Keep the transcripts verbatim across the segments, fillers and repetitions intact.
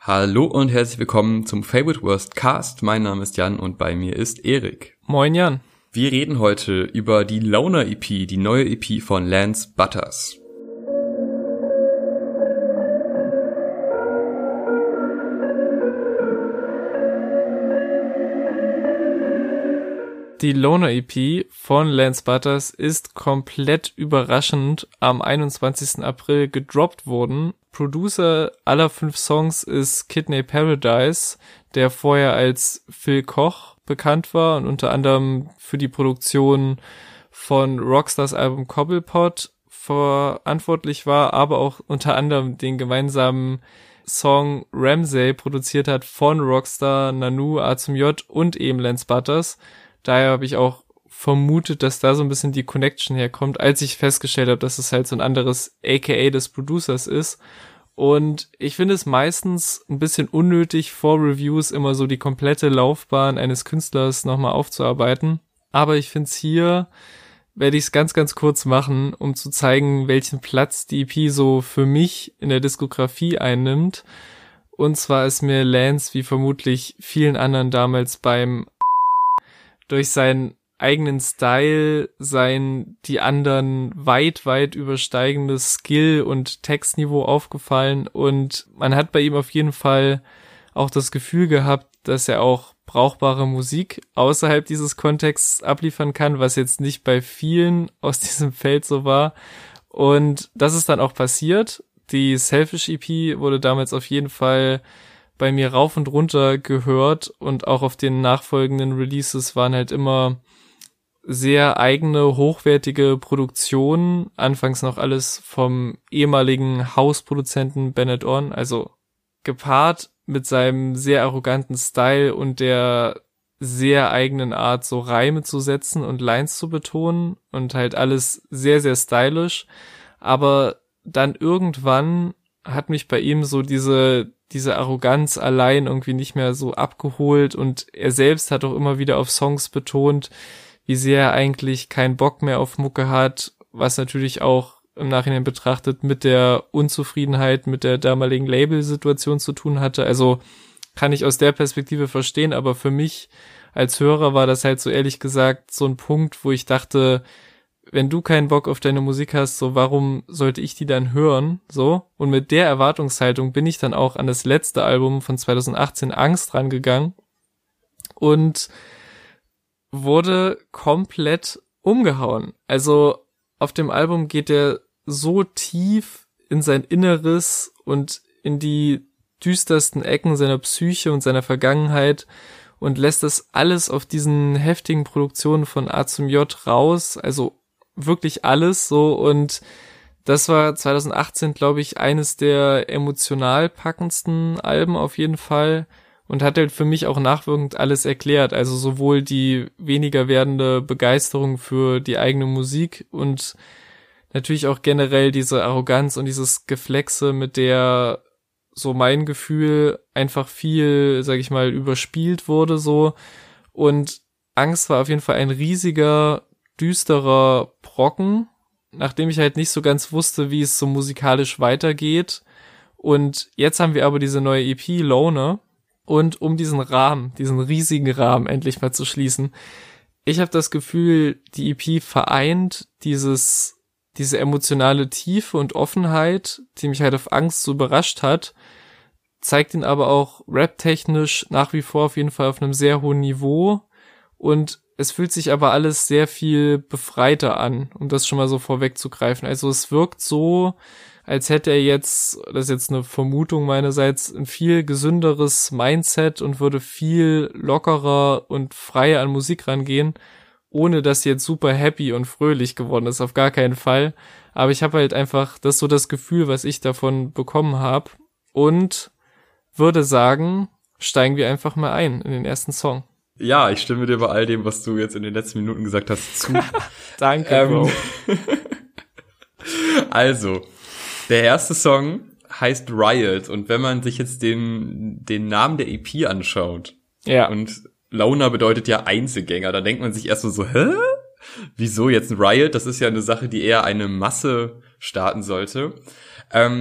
Hallo und herzlich willkommen zum Favorite Worst Cast. Mein Name ist Jan und bei mir ist Erik. Moin Jan. Wir reden heute über die Loner E P, die neue E P von Lance Butters. Die Loner E P von Lance Butters ist komplett überraschend am einundzwanzigsten April gedroppt worden. Producer aller fünf Songs ist Kidney Paradise, der vorher als Phil Koch bekannt war und unter anderem für die Produktion von Rockstars Album Cobblepot verantwortlich war, aber auch unter anderem den gemeinsamen Song Ramsey produziert hat von Rockstar, Nanu, A zum J und eben Lance Butters. Daher habe ich auch vermutet, dass da so ein bisschen die Connection herkommt, als ich festgestellt habe, dass es halt so ein anderes A K A des Producers ist. Und ich finde es meistens ein bisschen unnötig, vor Reviews immer so die komplette Laufbahn eines Künstlers nochmal aufzuarbeiten. Aber ich finde es hier, werde ich es ganz, ganz kurz machen, um zu zeigen, welchen Platz die E P so für mich in der Diskografie einnimmt. Und zwar ist mir Lance, wie vermutlich vielen anderen damals beim durch seinen eigenen Style, sein die anderen weit, weit übersteigendes Skill- und Textniveau aufgefallen und man hat bei ihm auf jeden Fall auch das Gefühl gehabt, dass er auch brauchbare Musik außerhalb dieses Kontexts abliefern kann, was jetzt nicht bei vielen aus diesem Feld so war. Und das ist dann auch passiert. Die Selfish E P wurde damals auf jeden Fall bei mir rauf und runter gehört und auch auf den nachfolgenden Releases waren halt immer sehr eigene, hochwertige Produktionen. Anfangs noch alles vom ehemaligen Hausproduzenten Bennett On, also gepaart mit seinem sehr arroganten Style und der sehr eigenen Art, so Reime zu setzen und Lines zu betonen und halt alles sehr, sehr stylisch. Aber dann irgendwann hat mich bei ihm so diese diese Arroganz allein irgendwie nicht mehr so abgeholt und er selbst hat auch immer wieder auf Songs betont, wie sehr er eigentlich keinen Bock mehr auf Mucke hat, was natürlich auch im Nachhinein betrachtet mit der Unzufriedenheit mit der damaligen Label-Situation zu tun hatte. Also kann ich aus der Perspektive verstehen, aber für mich als Hörer war das halt so ehrlich gesagt so ein Punkt, wo ich dachte, wenn du keinen Bock auf deine Musik hast, so warum sollte ich die dann hören, so? Und mit der Erwartungshaltung bin ich dann auch an das letzte Album von zweitausendachtzehn, Angst, rangegangen und wurde komplett umgehauen. Also auf dem Album geht er so tief in sein Inneres und in die düstersten Ecken seiner Psyche und seiner Vergangenheit und lässt das alles auf diesen heftigen Produktionen von A zum J raus, also wirklich alles so und das war zweitausendachtzehn, glaube ich, eines der emotional packendsten Alben auf jeden Fall und hat halt für mich auch nachwirkend alles erklärt, also sowohl die weniger werdende Begeisterung für die eigene Musik und natürlich auch generell diese Arroganz und dieses Geflexe, mit der so mein Gefühl einfach viel, sag ich mal, überspielt wurde so und Angst war auf jeden Fall ein riesiger düsterer Brocken, nachdem ich halt nicht so ganz wusste, wie es so musikalisch weitergeht. Und jetzt haben wir aber diese neue E P, Loner. Und um diesen Rahmen, diesen riesigen Rahmen endlich mal zu schließen, ich habe das Gefühl, die E P vereint dieses, diese emotionale Tiefe und Offenheit, die mich halt auf Angst so überrascht hat, zeigt ihn aber auch rap-technisch nach wie vor auf jeden Fall auf einem sehr hohen Niveau und es fühlt sich aber alles sehr viel befreiter an, um das schon mal so vorwegzugreifen. Also es wirkt so, als hätte er jetzt, das ist jetzt eine Vermutung meinerseits, ein viel gesünderes Mindset und würde viel lockerer und freier an Musik rangehen, ohne dass jetzt super happy und fröhlich geworden ist, auf gar keinen Fall. Aber ich habe halt einfach, das ist so das Gefühl, was ich davon bekommen habe und würde sagen, steigen wir einfach mal ein in den ersten Song. Ja, ich stimme dir bei all dem, was du jetzt in den letzten Minuten gesagt hast, zu. Danke, ähm, Bro. Also, der erste Song heißt Riot und wenn man sich jetzt den den Namen der E P anschaut, ja, und Loner bedeutet ja Einzelgänger, da denkt man sich erst so, hä? Wieso jetzt ein Riot? Das ist ja eine Sache, die eher eine Masse starten sollte. Ähm,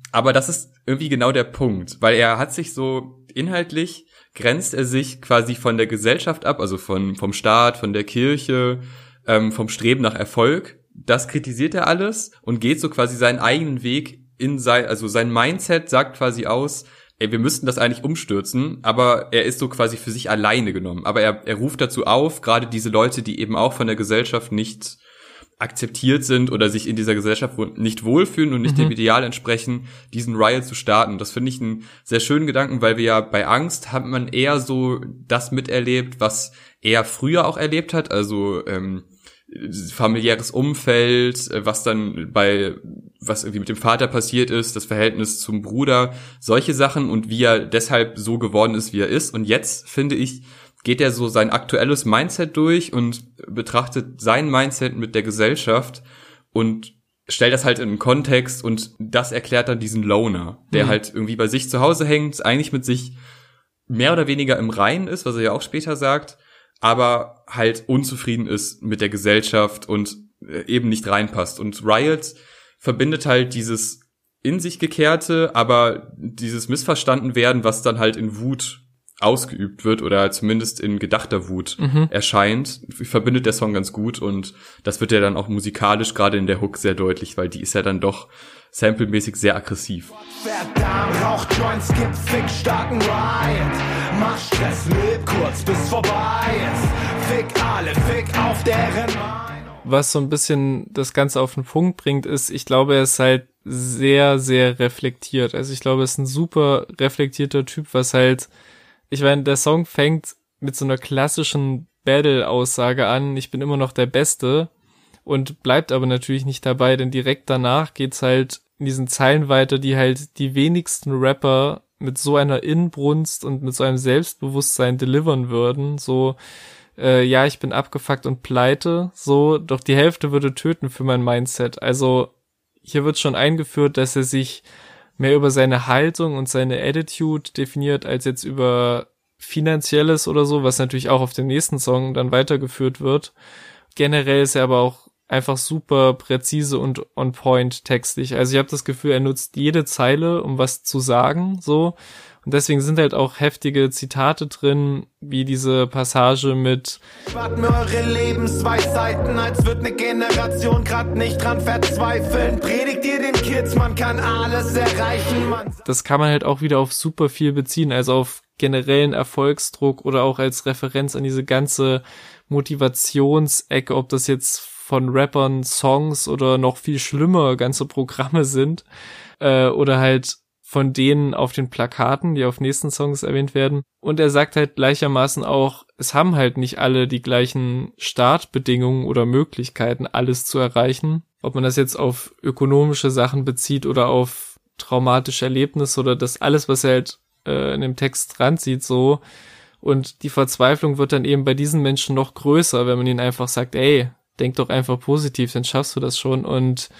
aber das ist irgendwie genau der Punkt, weil er hat sich so inhaltlich grenzt er sich quasi von der Gesellschaft ab, also von vom Staat, von der Kirche, ähm, vom Streben nach Erfolg. Das kritisiert er alles und geht so quasi seinen eigenen Weg in sein, also sein Mindset sagt quasi aus, ey, wir müssten das eigentlich umstürzen, aber er ist so quasi für sich alleine genommen. Aber er, er ruft dazu auf, gerade diese Leute, die eben auch von der Gesellschaft nicht akzeptiert sind oder sich in dieser Gesellschaft nicht wohlfühlen und nicht mhm. dem Ideal entsprechen, diesen Riot zu starten. Das finde ich einen sehr schönen Gedanken, weil wir ja bei Angst hat man eher so das miterlebt, was er früher auch erlebt hat, also ähm, familiäres Umfeld, was dann bei, was irgendwie mit dem Vater passiert ist, das Verhältnis zum Bruder, solche Sachen und wie er deshalb so geworden ist, wie er ist. Und jetzt, finde ich, geht er so sein aktuelles Mindset durch und betrachtet sein Mindset mit der Gesellschaft und stellt das halt in einen Kontext und das erklärt dann diesen Loner, der mhm. halt irgendwie bei sich zu Hause hängt, eigentlich mit sich mehr oder weniger im Reinen ist, was er ja auch später sagt, aber halt unzufrieden ist mit der Gesellschaft und eben nicht reinpasst. Und Riot verbindet halt dieses in sich gekehrte, aber dieses missverstanden werden, was dann halt in Wut ausgeübt wird oder zumindest in gedachter Wut mhm. erscheint, verbindet der Song ganz gut und das wird ja dann auch musikalisch gerade in der Hook sehr deutlich, weil die ist ja dann doch samplemäßig sehr aggressiv. Verdammt, rauch Joints, gib Fick, starken Riot. Mach Stress, leb kurz, bis vorbei ist. Fick alle, fick auf deren Meinung. Was so ein bisschen das Ganze auf den Punkt bringt, ist, ich glaube, er ist halt sehr, sehr reflektiert. Also ich glaube, er ist ein super reflektierter Typ, was halt, ich meine, der Song fängt mit so einer klassischen Battle-Aussage an, ich bin immer noch der Beste und bleibt aber natürlich nicht dabei, denn direkt danach geht's halt in diesen Zeilen weiter, die halt die wenigsten Rapper mit so einer Inbrunst und mit so einem Selbstbewusstsein delivern würden, so, äh, ja, ich bin abgefuckt und pleite, so, doch die Hälfte würde töten für mein Mindset. Also hier wird schon eingeführt, dass er sich mehr über seine Haltung und seine Attitude definiert, als jetzt über Finanzielles oder so, was natürlich auch auf dem nächsten Song dann weitergeführt wird. Generell ist er aber auch einfach super präzise und on point textlich. Also ich habe das Gefühl, er nutzt jede Zeile, um was zu sagen, so. Und deswegen sind halt auch heftige Zitate drin, wie diese Passage mit Spart mir eure Lebensweisheiten, als wird ne Generation grad nicht dran verzweifeln. Predigt ihr den Kids, man kann alles erreichen, man. Das kann man halt auch wieder auf super viel beziehen, also auf generellen Erfolgsdruck oder auch als Referenz an diese ganze Motivationsecke, ob das jetzt von Rappern Songs oder noch viel schlimmer ganze Programme sind, äh, oder halt von denen auf den Plakaten, die auf nächsten Songs erwähnt werden. Und er sagt halt gleichermaßen auch, es haben halt nicht alle die gleichen Startbedingungen oder Möglichkeiten, alles zu erreichen. Ob man das jetzt auf ökonomische Sachen bezieht oder auf traumatische Erlebnisse oder das alles, was er halt äh, in dem Text dran sieht, so. Und die Verzweiflung wird dann eben bei diesen Menschen noch größer, wenn man ihnen einfach sagt, ey, denk doch einfach positiv, dann schaffst du das schon. Und,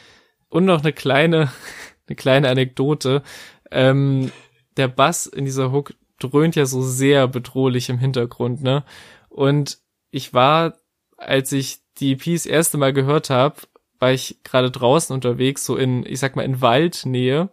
und noch eine kleine... Eine kleine Anekdote. Ähm, der Bass in dieser Hook dröhnt ja so sehr bedrohlich im Hintergrund, ne? Und ich war, als ich die E P das erste Mal gehört habe, war ich gerade draußen unterwegs, so in, ich sag mal, in Waldnähe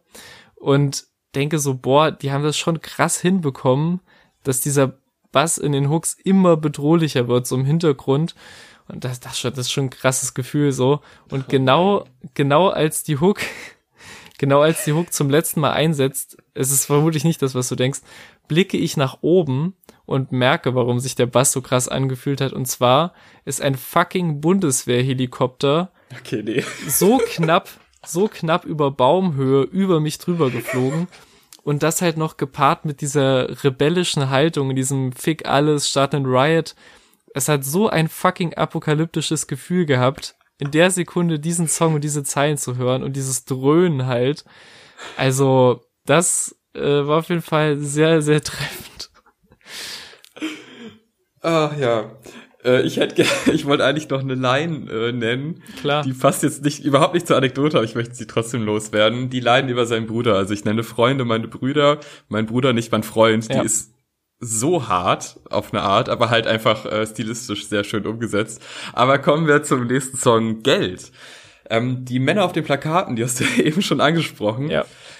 und denke so, boah, die haben das schon krass hinbekommen, dass dieser Bass in den Hooks immer bedrohlicher wird, so im Hintergrund. Und das, das, das ist schon ein krasses Gefühl, so. Und genau, genau als die Hook Genau als die Hook zum letzten Mal einsetzt, es ist vermutlich nicht das, was du denkst, blicke ich nach oben und merke, warum sich der Bass so krass angefühlt hat. Und zwar ist ein fucking Bundeswehrhelikopter okay, nee. so knapp, so knapp über Baumhöhe über mich drüber geflogen. Und das halt noch gepaart mit dieser rebellischen Haltung, diesem Fick alles, Start and Riot. Es hat so ein fucking apokalyptisches Gefühl gehabt, in der Sekunde diesen Song und diese Zeilen zu hören und dieses Dröhnen halt. Also, das äh, war auf jeden Fall sehr, sehr treffend. Ah, ja. Äh, ich hätte, ich wollte eigentlich noch eine Line äh, nennen. Klar. Die passt jetzt nicht, überhaupt nicht zur Anekdote, aber ich möchte sie trotzdem loswerden. Die Line über seinen Bruder. Also ich nenne Freunde meine Brüder, mein Bruder nicht mein Freund. Ja. Die ist so hart auf eine Art, aber halt einfach äh, stilistisch sehr schön umgesetzt. Aber kommen wir zum nächsten Song, Geld. Ähm, die Männer auf den Plakaten, die hast du ja eben schon angesprochen. Ja.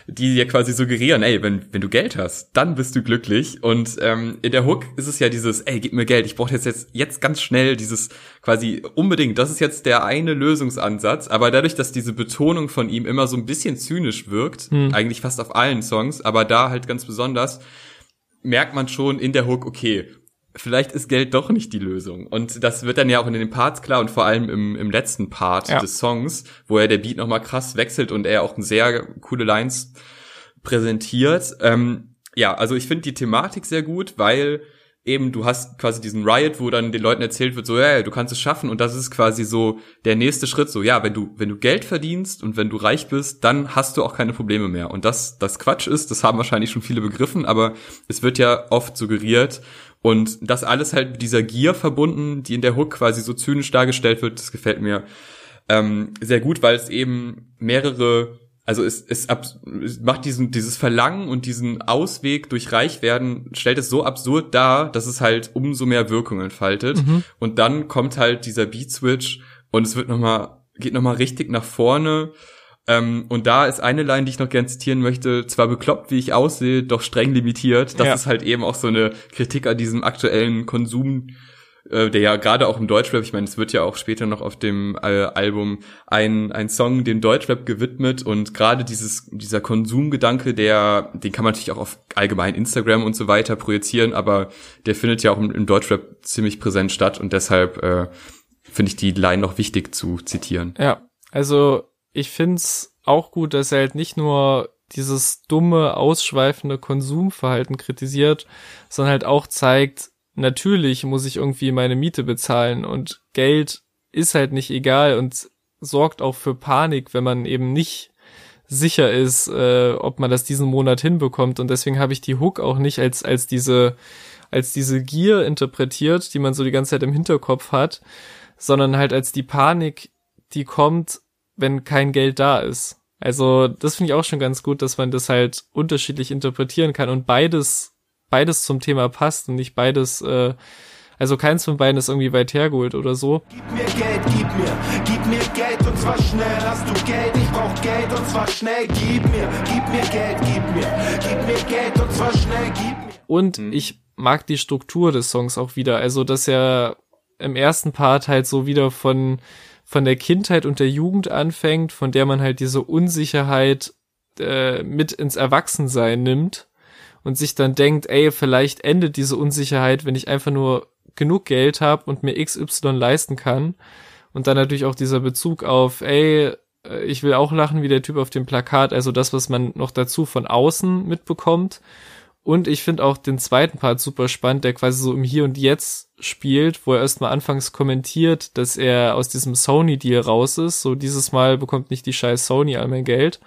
die ja quasi suggerieren, ey, wenn wenn du Geld hast, dann bist du glücklich. Und ähm, in der Hook ist es ja dieses, ey, gib mir Geld, ich brauche jetzt jetzt jetzt ganz schnell dieses quasi unbedingt, das ist jetzt der eine Lösungsansatz. Aber dadurch, dass diese Betonung von ihm immer so ein bisschen zynisch wirkt, hm. eigentlich fast auf allen Songs, aber da halt ganz besonders, merkt man schon in der Hook, okay, vielleicht ist Geld doch nicht die Lösung. Und das wird dann ja auch in den Parts klar und vor allem im, im letzten Part ja. des Songs, wo er der Beat nochmal krass wechselt und er auch sehr coole Lines präsentiert. Ähm, ja, also ich finde die Thematik sehr gut, weil eben du hast quasi diesen Riot, wo dann den Leuten erzählt wird, so, ja, du kannst es schaffen, und das ist quasi so der nächste Schritt, so, ja, wenn du wenn du Geld verdienst und wenn du reich bist, dann hast du auch keine Probleme mehr. Und das das Quatsch ist, das haben wahrscheinlich schon viele begriffen, aber es wird ja oft suggeriert, und das alles halt mit dieser Gier verbunden, die in der Hook quasi so zynisch dargestellt wird, das gefällt mir ähm, sehr gut, weil es eben mehrere, also es, es, ab, es macht diesen dieses Verlangen und diesen Ausweg durch Reichwerden, stellt es so absurd dar, dass es halt umso mehr Wirkung entfaltet. Mhm. Und dann kommt halt dieser Beat-Switch und es wird nochmal, geht nochmal richtig nach vorne. Ähm, und da ist eine Line, die ich noch gerne zitieren möchte: zwar bekloppt, wie ich aussehe, doch streng limitiert. Das ja. ist halt eben auch so eine Kritik an diesem aktuellen Konsum, äh, der ja gerade auch im Deutschrap, ich meine, es wird ja auch später noch auf dem äh, Album ein ein Song dem Deutschrap gewidmet, und gerade dieses dieser Konsumgedanke, der den kann man natürlich auch auf allgemein Instagram und so weiter projizieren, aber der findet ja auch im, im Deutschrap ziemlich präsent statt, und deshalb äh, finde ich die Line noch wichtig zu zitieren. Ja, also ich find's auch gut, dass er halt nicht nur dieses dumme, ausschweifende Konsumverhalten kritisiert, sondern halt auch zeigt, natürlich muss ich irgendwie meine Miete bezahlen, und Geld ist halt nicht egal und sorgt auch für Panik, wenn man eben nicht sicher ist, äh, ob man das diesen Monat hinbekommt. Und deswegen habe ich die Hook auch nicht als als diese als diese Gier interpretiert, die man so die ganze Zeit im Hinterkopf hat, sondern halt als die Panik, die kommt, wenn kein Geld da ist. Also das finde ich auch schon ganz gut, dass man das halt unterschiedlich interpretieren kann und beides beides zum Thema passt und nicht beides, äh, also keins von beiden ist irgendwie weit hergeholt oder so. Gib mir Geld, gib mir, gib mir Geld und zwar schnell. Hast du Geld, ich brauch Geld und zwar schnell. Gib mir, gib mir Geld, gib mir, gib mir Geld und zwar schnell, gib mir. Und mhm. ich mag die Struktur des Songs auch wieder, also dass er im ersten Part halt so wieder von von der Kindheit und der Jugend anfängt, von der man halt diese Unsicherheit äh, mit ins Erwachsensein nimmt und sich dann denkt, ey, vielleicht endet diese Unsicherheit, wenn ich einfach nur genug Geld habe und mir X Y leisten kann. Und dann natürlich auch dieser Bezug auf, ey, ich will auch lachen wie der Typ auf dem Plakat, also das, was man noch dazu von außen mitbekommt. Und ich finde auch den zweiten Part super spannend, der quasi so im Hier und Jetzt spielt, wo er erstmal anfangs kommentiert, dass er aus diesem Sony-Deal raus ist. So, dieses Mal bekommt nicht die scheiß Sony all mein Geld.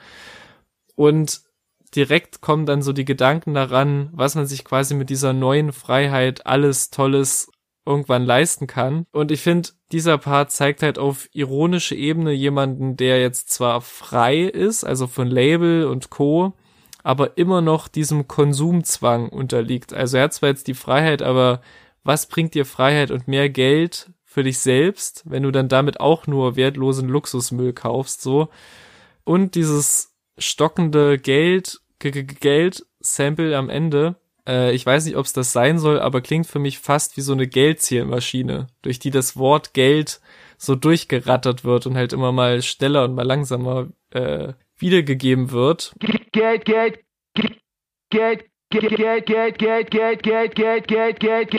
Und direkt kommen dann so die Gedanken daran, was man sich quasi mit dieser neuen Freiheit alles Tolles irgendwann leisten kann. Und ich finde, dieser Part zeigt halt auf ironische Ebene jemanden, der jetzt zwar frei ist, also von Label und Co., aber immer noch diesem Konsumzwang unterliegt. Also er hat zwar jetzt die Freiheit, aber was bringt dir Freiheit und mehr Geld für dich selbst, wenn du dann damit auch nur wertlosen Luxusmüll kaufst, so. Und dieses stockende Geld, Geld-Sample am Ende, äh, ich weiß nicht, ob es das sein soll, aber klingt für mich fast wie so eine Geldzählmaschine, durch die das Wort Geld so durchgerattert wird und halt immer mal schneller und mal langsamer äh, wiedergegeben wird. Geld, Geld, Geld, Geld, Geld, Geld, Geld, Geld, Geld, Geld, Geld, Geld,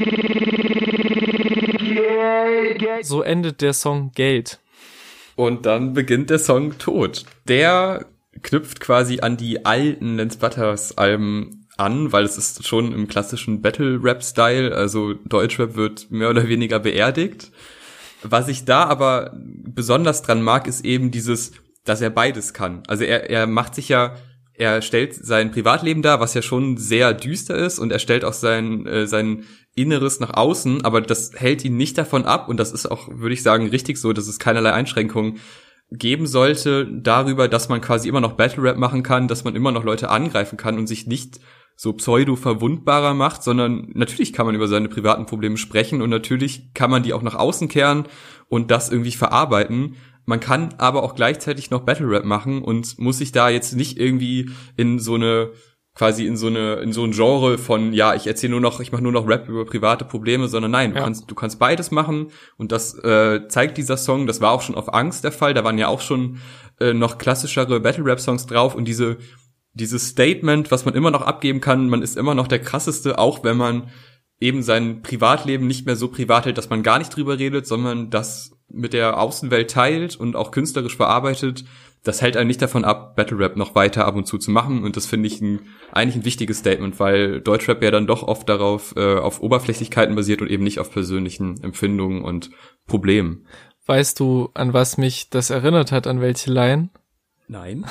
Geld, Geld. So endet der Song Geld. Und dann beginnt der Song Tod. Der knüpft quasi an die alten Lance Butters Alben an, weil es ist schon im klassischen Battle-Rap-Style, also Deutschrap wird mehr oder weniger beerdigt. Was ich da aber besonders dran mag, ist eben dieses, dass er beides kann. Also er er macht sich ja, er stellt sein Privatleben dar, was ja schon sehr düster ist, und er stellt auch sein äh, sein Inneres nach außen, aber das hält ihn nicht davon ab, und das ist auch, würde ich sagen, richtig so, dass es keinerlei Einschränkungen geben sollte darüber, dass man quasi immer noch Battle Rap machen kann, dass man immer noch Leute angreifen kann und sich nicht so pseudo-verwundbarer macht, sondern natürlich kann man über seine privaten Probleme sprechen und natürlich kann man die auch nach außen kehren und das irgendwie verarbeiten, man kann aber auch gleichzeitig noch Battle Rap machen und muss sich da jetzt nicht irgendwie in so eine quasi in so eine in so ein Genre von ja, ich erzähle nur noch, ich mache nur noch Rap über private Probleme, sondern nein, du ja. kannst du kannst beides machen und das äh, zeigt dieser Song, das war auch schon auf Angst der Fall, da waren ja auch schon äh, noch klassischere Battle Rap Songs drauf und diese dieses Statement, was man immer noch abgeben kann, man ist immer noch der krasseste, auch wenn man eben sein Privatleben nicht mehr so privat hält, dass man gar nicht drüber redet, sondern das mit der Außenwelt teilt und auch künstlerisch verarbeitet. Das hält einen nicht davon ab, Battle Rap noch weiter ab und zu zu machen und das finde ich ein, eigentlich ein wichtiges Statement, weil Deutschrap ja dann doch oft darauf äh, auf Oberflächlichkeiten basiert und eben nicht auf persönlichen Empfindungen und Problemen. Weißt du, an was mich das erinnert hat, an welche Line? Nein.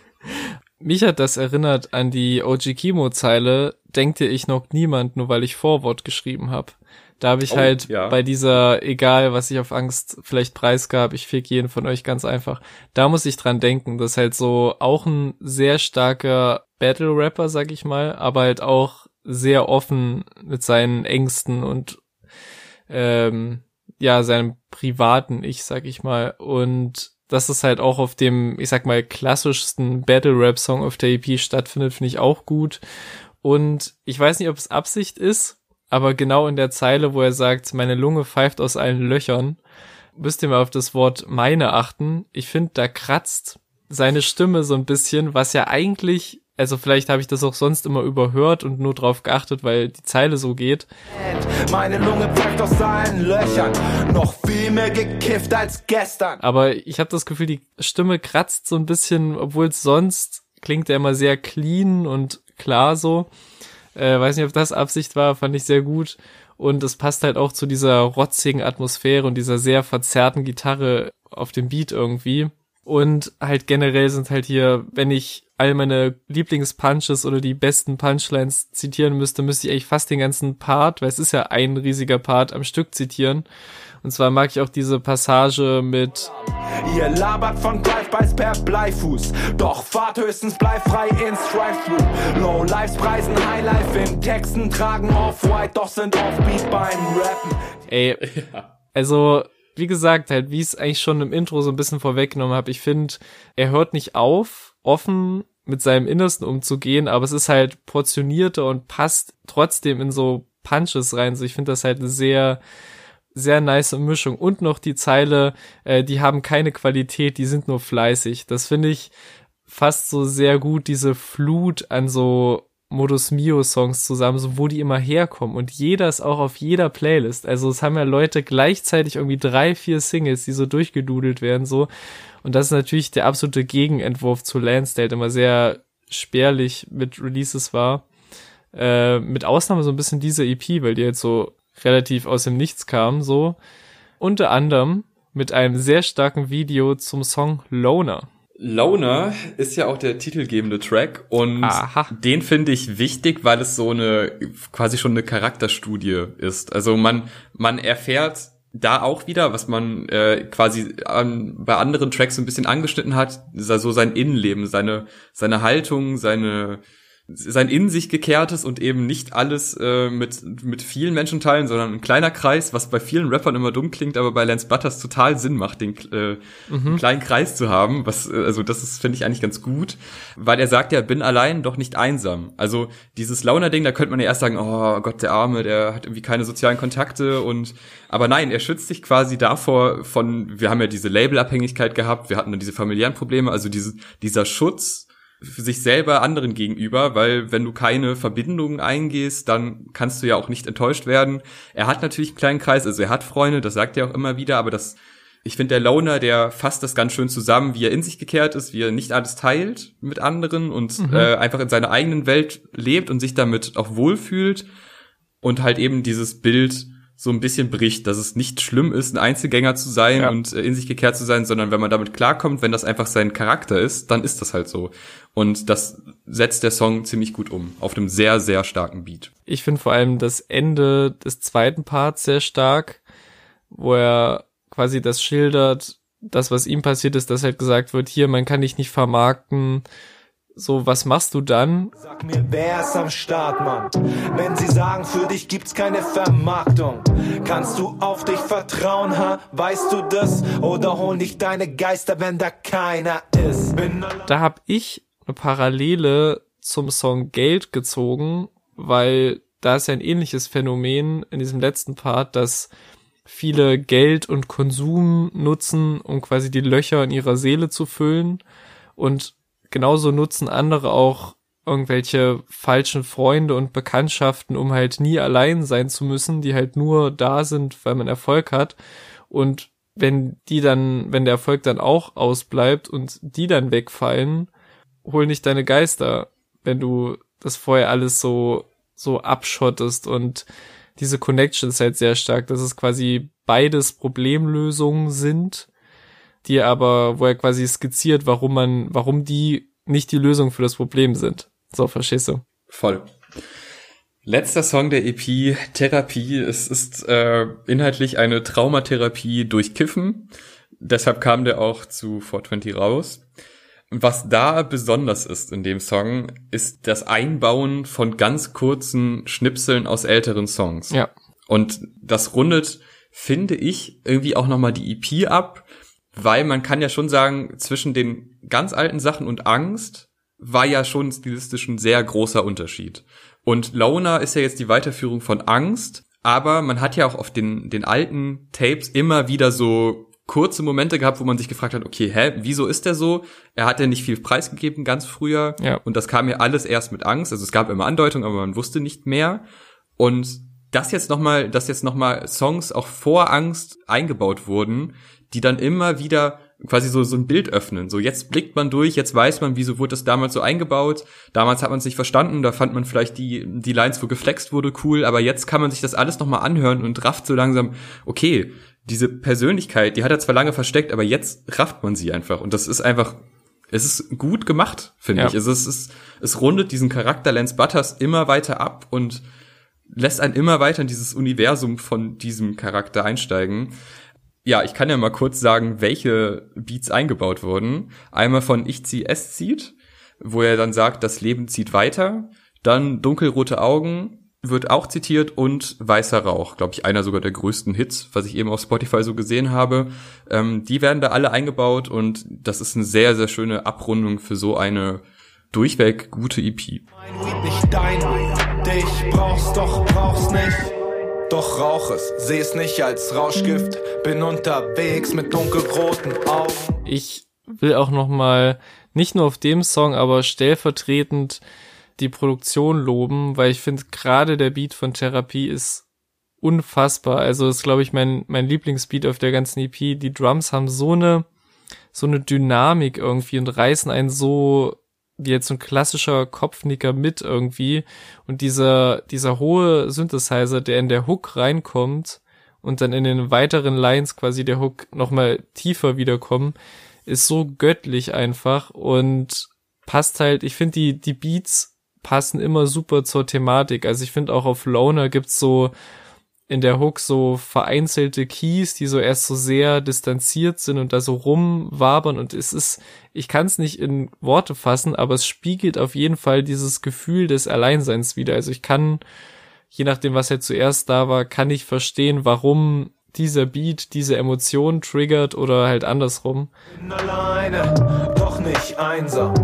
Mich hat das erinnert an die O G Kimo-Zeile, denkt dir, ich knock niemand, nur weil ich Vorwort geschrieben habe. Da habe ich oh, halt ja. bei dieser, egal was ich auf Angst vielleicht preisgab, ich fick jeden von euch ganz einfach, da muss ich dran denken, dass halt so auch ein sehr starker Battle-Rapper, sag ich mal, aber halt auch sehr offen mit seinen Ängsten und ähm, ja, seinem privaten Ich, sag ich mal, und dass es halt auch auf dem, ich sag mal, klassischsten Battle-Rap-Song auf der E P stattfindet, finde ich auch gut. Und ich weiß nicht, ob es Absicht ist, aber genau in der Zeile, wo er sagt, meine Lunge pfeift aus allen Löchern, müsst ihr mal auf das Wort meine achten. Ich finde, da kratzt seine Stimme so ein bisschen, was ja eigentlich, also vielleicht habe ich das auch sonst immer überhört und nur drauf geachtet, weil die Zeile so geht. Meine Lunge pfeift aus allen Löchern, noch viel mehr gekifft als gestern. Aber ich habe das Gefühl, die Stimme kratzt so ein bisschen, obwohl es sonst klingt er immer sehr clean und klar so. Äh, weiß nicht, ob das Absicht war, fand ich sehr gut. Und es passt halt auch zu dieser rotzigen Atmosphäre und dieser sehr verzerrten Gitarre auf dem Beat irgendwie. Und halt generell sind halt hier, wenn ich all meine Lieblingspunches oder die besten Punchlines zitieren müsste, müsste ich eigentlich fast den ganzen Part, weil es ist ja ein riesiger Part, am Stück zitieren. Und zwar mag ich auch diese Passage mit Ihr labert von Drive-Bys per Bleifuß, doch fahrt höchstens bleifrei ins Drive-Thru. Low-Lives preisen Highlife in Texten, tragen Off-White, doch sind Offbeat beim Rappen. Ey, also wie gesagt, halt, wie ich es eigentlich schon im Intro so ein bisschen vorweggenommen habe, ich finde, er hört nicht auf, offen mit seinem Innersten umzugehen, aber es ist halt portionierter und passt trotzdem in so Punches rein. So, ich finde das halt eine sehr, sehr nice Mischung. Und noch die Zeile, äh, die haben keine Qualität, die sind nur fleißig. Das finde ich fast so sehr gut, diese Flut an so Modus Mio Songs zusammen, so wo die immer herkommen und jeder ist auch auf jeder Playlist, also es haben ja Leute gleichzeitig irgendwie drei, vier Singles, die so durchgedudelt werden, so, und das ist natürlich der absolute Gegenentwurf zu Lance, der halt immer sehr spärlich mit Releases war, äh, mit Ausnahme so ein bisschen dieser E P, weil die jetzt so relativ aus dem Nichts kam, so, unter anderem mit einem sehr starken Video zum Song Loner. Loner ist ja auch der titelgebende Track und Aha. den finde ich wichtig, weil es so eine quasi schon eine Charakterstudie ist. Also man man erfährt da auch wieder, was man äh, quasi an, bei anderen Tracks so ein bisschen angeschnitten hat, so sein Innenleben, seine seine Haltung, seine sein in sich gekehrtes und eben nicht alles äh, mit mit vielen Menschen teilen, sondern ein kleiner Kreis, was bei vielen Rappern immer dumm klingt, aber bei Lance Butters total Sinn macht, den äh, mhm. einen kleinen Kreis zu haben, was also das ist, finde ich, eigentlich ganz gut, weil er sagt ja, bin allein, doch nicht einsam. Also dieses Launer-Ding, da könnte man ja erst sagen, oh Gott, der Arme, der hat irgendwie keine sozialen Kontakte und aber nein, er schützt sich quasi davor von, wir haben ja diese Labelabhängigkeit gehabt, wir hatten dann diese familiären Probleme, also diese, dieser Schutz für sich selber anderen gegenüber, weil wenn du keine Verbindungen eingehst, dann kannst du ja auch nicht enttäuscht werden. Er hat natürlich einen kleinen Kreis, also er hat Freunde, das sagt er auch immer wieder, aber das, ich finde, der Loner, der fasst das ganz schön zusammen, wie er in sich gekehrt ist, wie er nicht alles teilt mit anderen und mhm. äh, einfach in seiner eigenen Welt lebt und sich damit auch wohlfühlt und halt eben dieses Bild so ein bisschen bricht, dass es nicht schlimm ist, ein Einzelgänger zu sein ja. und äh, in sich gekehrt zu sein, sondern wenn man damit klarkommt, wenn das einfach sein Charakter ist, dann ist das halt so. Und das setzt der Song ziemlich gut um, auf einem sehr, sehr starken Beat. Ich finde vor allem das Ende des zweiten Parts sehr stark, wo er quasi das schildert, das, was ihm passiert ist, dass halt gesagt wird, hier, man kann dich nicht vermarkten, So, was machst du dann? Sag mir, wer ist am Start, Mann? Wenn sie sagen, für dich gibt's keine Vermarktung, kannst du auf dich vertrauen, ha? Weißt du das? Oder holen dich deine Geister, wenn da keiner ist? Bin Da hab ich eine Parallele zum Song Geld gezogen, weil da ist ja ein ähnliches Phänomen in diesem letzten Part, dass viele Geld und Konsum nutzen, um quasi die Löcher in ihrer Seele zu füllen, und genauso nutzen andere auch irgendwelche falschen Freunde und Bekanntschaften, um halt nie allein sein zu müssen, die halt nur da sind, weil man Erfolg hat. Und wenn die dann, wenn der Erfolg dann auch ausbleibt und die dann wegfallen, hol nicht deine Geister, wenn du das vorher alles so, so abschottest. Und diese Connection ist halt sehr stark, dass es quasi beides Problemlösungen sind, die aber, wo er quasi skizziert, warum man, warum die nicht die Lösung für das Problem sind. So, verstehst du? Voll. Letzter Song der E P, Therapie. Es ist äh, inhaltlich eine Traumatherapie durch Kiffen. Deshalb kam der auch zu four twenty raus. Was da besonders ist in dem Song, ist das Einbauen von ganz kurzen Schnipseln aus älteren Songs. Ja. Und das rundet, finde ich, irgendwie auch nochmal die E P ab, weil man kann ja schon sagen, zwischen den ganz alten Sachen und Angst war ja schon stilistisch ein sehr großer Unterschied. Und Loner ist ja jetzt die Weiterführung von Angst, aber man hat ja auch auf den den alten Tapes immer wieder so kurze Momente gehabt, wo man sich gefragt hat, okay, hä, wieso ist der so? Er hat ja nicht viel preisgegeben ganz früher, ja. Und das kam ja alles erst mit Angst. Also es gab immer Andeutungen, aber man wusste nicht mehr. Und das jetzt nochmal, dass jetzt nochmal Songs auch vor Angst eingebaut wurden, die dann immer wieder quasi so so ein Bild öffnen. So, jetzt blickt man durch, jetzt weiß man, wieso wurde das damals so eingebaut. Damals hat man es nicht verstanden, da fand man vielleicht die die Lines, wo geflext wurde, cool, aber jetzt kann man sich das alles nochmal anhören und rafft so langsam, okay, diese Persönlichkeit, die hat er zwar lange versteckt, aber jetzt rafft man sie einfach. Und das ist einfach, es ist gut gemacht, finde ja. ich. Also es ist, es rundet diesen Charakter Lance Butters immer weiter ab und lässt einen immer weiter in dieses Universum von diesem Charakter einsteigen. Ja, ich kann ja mal kurz sagen, welche Beats eingebaut wurden. Einmal von Ich zieh, es zieht, wo er dann sagt, das Leben zieht weiter. Dann Dunkelrote Augen wird auch zitiert und Weißer Rauch, glaube ich, einer sogar der größten Hits, was ich eben auf Spotify so gesehen habe. Ähm, die werden da alle eingebaut und das ist eine sehr, sehr schöne Abrundung für so eine durchweg gute E P. Mein Weed nicht dein Weed, dich brauchst doch, brauchst nicht. Doch rauch es, seh es nicht als Rauschgift, bin unterwegs mit dunkelroten Augen. Ich will auch noch mal, nicht nur auf dem Song, aber stellvertretend die Produktion loben, weil ich finde, gerade der Beat von Therapie ist unfassbar. Also ist, glaube ich, mein mein Lieblingsbeat auf der ganzen E P. Die Drums haben so eine so eine Dynamik irgendwie und reißen einen so wie jetzt so ein klassischer Kopfnicker mit irgendwie. Und dieser dieser hohe Synthesizer, der in der Hook reinkommt und dann in den weiteren Lines quasi der Hook nochmal tiefer wiederkommen, ist so göttlich einfach und passt halt, ich finde die die Beats passen immer super zur Thematik. Also ich finde auch auf Loner gibt's so in der Hook so vereinzelte Keys, die so erst so sehr distanziert sind und da so rumwabern und es ist, ich kann es nicht in Worte fassen, aber es spiegelt auf jeden Fall dieses Gefühl des Alleinseins wieder. Also ich kann, je nachdem was jetzt zuerst da war, kann ich verstehen, warum dieser Beat diese Emotion triggert oder halt andersrum. Bin alleine, doch nicht einsam.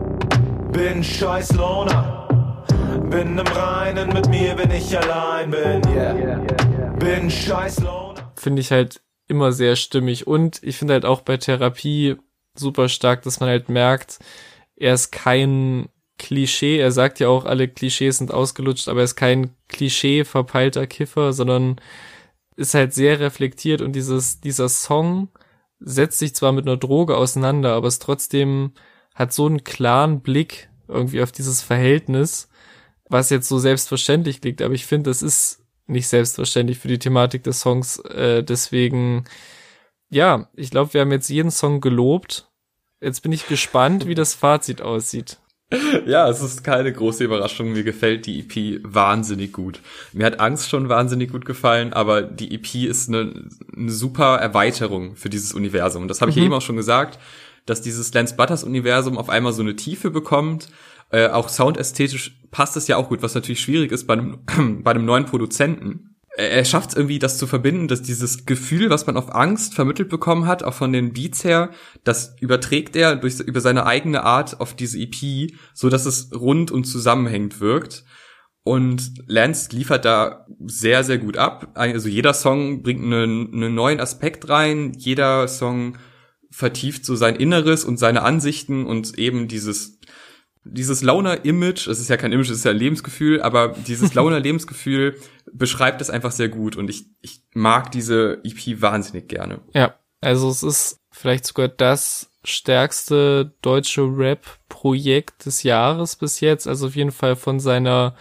Bin scheiß Loner. Bin im Reinen mit mir, wenn ich allein bin. Yeah. Bin scheiß Loner. Finde ich halt immer sehr stimmig. Und ich finde halt auch bei Therapie super stark, dass man halt merkt, er ist kein Klischee. Er sagt ja auch, alle Klischees sind ausgelutscht, aber er ist kein Klischee verpeilter Kiffer, sondern ist halt sehr reflektiert und dieses dieser Song setzt sich zwar mit einer Droge auseinander, aber es trotzdem hat so einen klaren Blick irgendwie auf dieses Verhältnis, was jetzt so selbstverständlich liegt, aber ich finde, das ist nicht selbstverständlich für die Thematik des Songs, äh, deswegen, ja, ich glaube, wir haben jetzt jeden Song gelobt, jetzt bin ich gespannt, wie das Fazit aussieht. Ja, es ist keine große Überraschung, mir gefällt die E P wahnsinnig gut. Mir hat Angst schon wahnsinnig gut gefallen, aber die E P ist eine, eine super Erweiterung für dieses Universum. Und das habe ich mhm. ja eben auch schon gesagt. dass dieses Lance Butters Universum auf einmal so eine Tiefe bekommt. Äh, auch soundästhetisch passt es ja auch gut, was natürlich schwierig ist bei einem, bei einem neuen Produzenten. Er schafft es irgendwie, das zu verbinden, dass dieses Gefühl, was man auf Angst vermittelt bekommen hat, auch von den Beats her, das überträgt er durch, über seine eigene Art auf diese E P, so dass es rund und zusammenhängend wirkt. Und Lance liefert da sehr, sehr gut ab. Also jeder Song bringt einen, einen neuen Aspekt rein, jeder Song vertieft so sein Inneres und seine Ansichten und eben dieses Dieses Loner-Image, es ist ja kein Image, es ist ja ein Lebensgefühl, aber dieses Loner-Lebensgefühl beschreibt es einfach sehr gut und ich, ich mag diese E P wahnsinnig gerne. Ja, also es ist vielleicht sogar das stärkste deutsche Rap-Projekt des Jahres bis jetzt, also auf jeden Fall von seiner,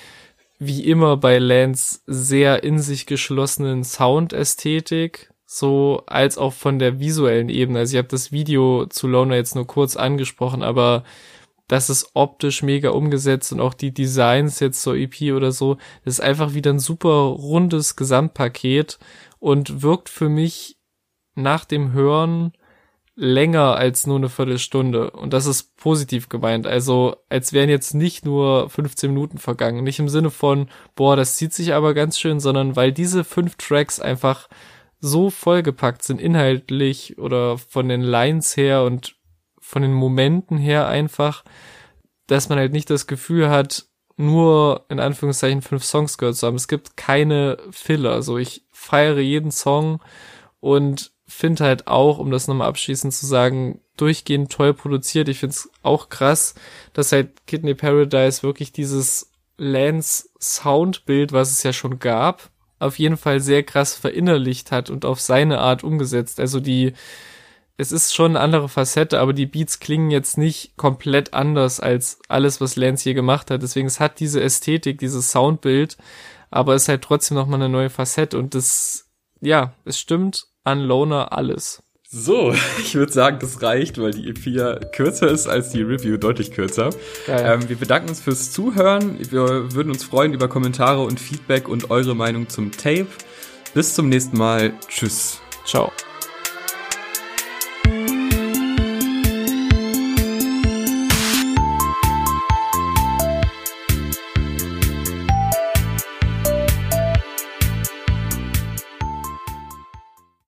wie immer bei Lance, sehr in sich geschlossenen Soundästhetik, so als auch von der visuellen Ebene. Also ich habe das Video zu Loner jetzt nur kurz angesprochen, aber das ist optisch mega umgesetzt und auch die Designs jetzt zur E P oder so, das ist einfach wieder ein super rundes Gesamtpaket und wirkt für mich nach dem Hören länger als nur eine Viertelstunde und das ist positiv gemeint, also als wären jetzt nicht nur fünfzehn Minuten vergangen, nicht im Sinne von, boah, das zieht sich aber ganz schön, sondern weil diese fünf Tracks einfach so vollgepackt sind inhaltlich oder von den Lines her und von den Momenten her einfach, dass man halt nicht das Gefühl hat, nur in Anführungszeichen fünf Songs gehört zu haben. Es gibt keine Filler. So, ich feiere jeden Song und finde halt auch, um das nochmal abschließend zu sagen, durchgehend toll produziert. Ich finde es auch krass, dass halt Kidney Paradise wirklich dieses Lance Soundbild, was es ja schon gab, auf jeden Fall sehr krass verinnerlicht hat und auf seine Art umgesetzt. Also die Es ist schon eine andere Facette, aber die Beats klingen jetzt nicht komplett anders als alles, was Lance hier gemacht hat. Deswegen, es hat diese Ästhetik, dieses Soundbild, aber es ist halt trotzdem nochmal eine neue Facette und das, ja, es stimmt an Loner alles. So, ich würde sagen, das reicht, weil die E P ja kürzer ist als die Review, deutlich kürzer. Ähm, wir bedanken uns fürs Zuhören. Wir würden uns freuen über Kommentare und Feedback und eure Meinung zum Tape. Bis zum nächsten Mal. Tschüss. Ciao.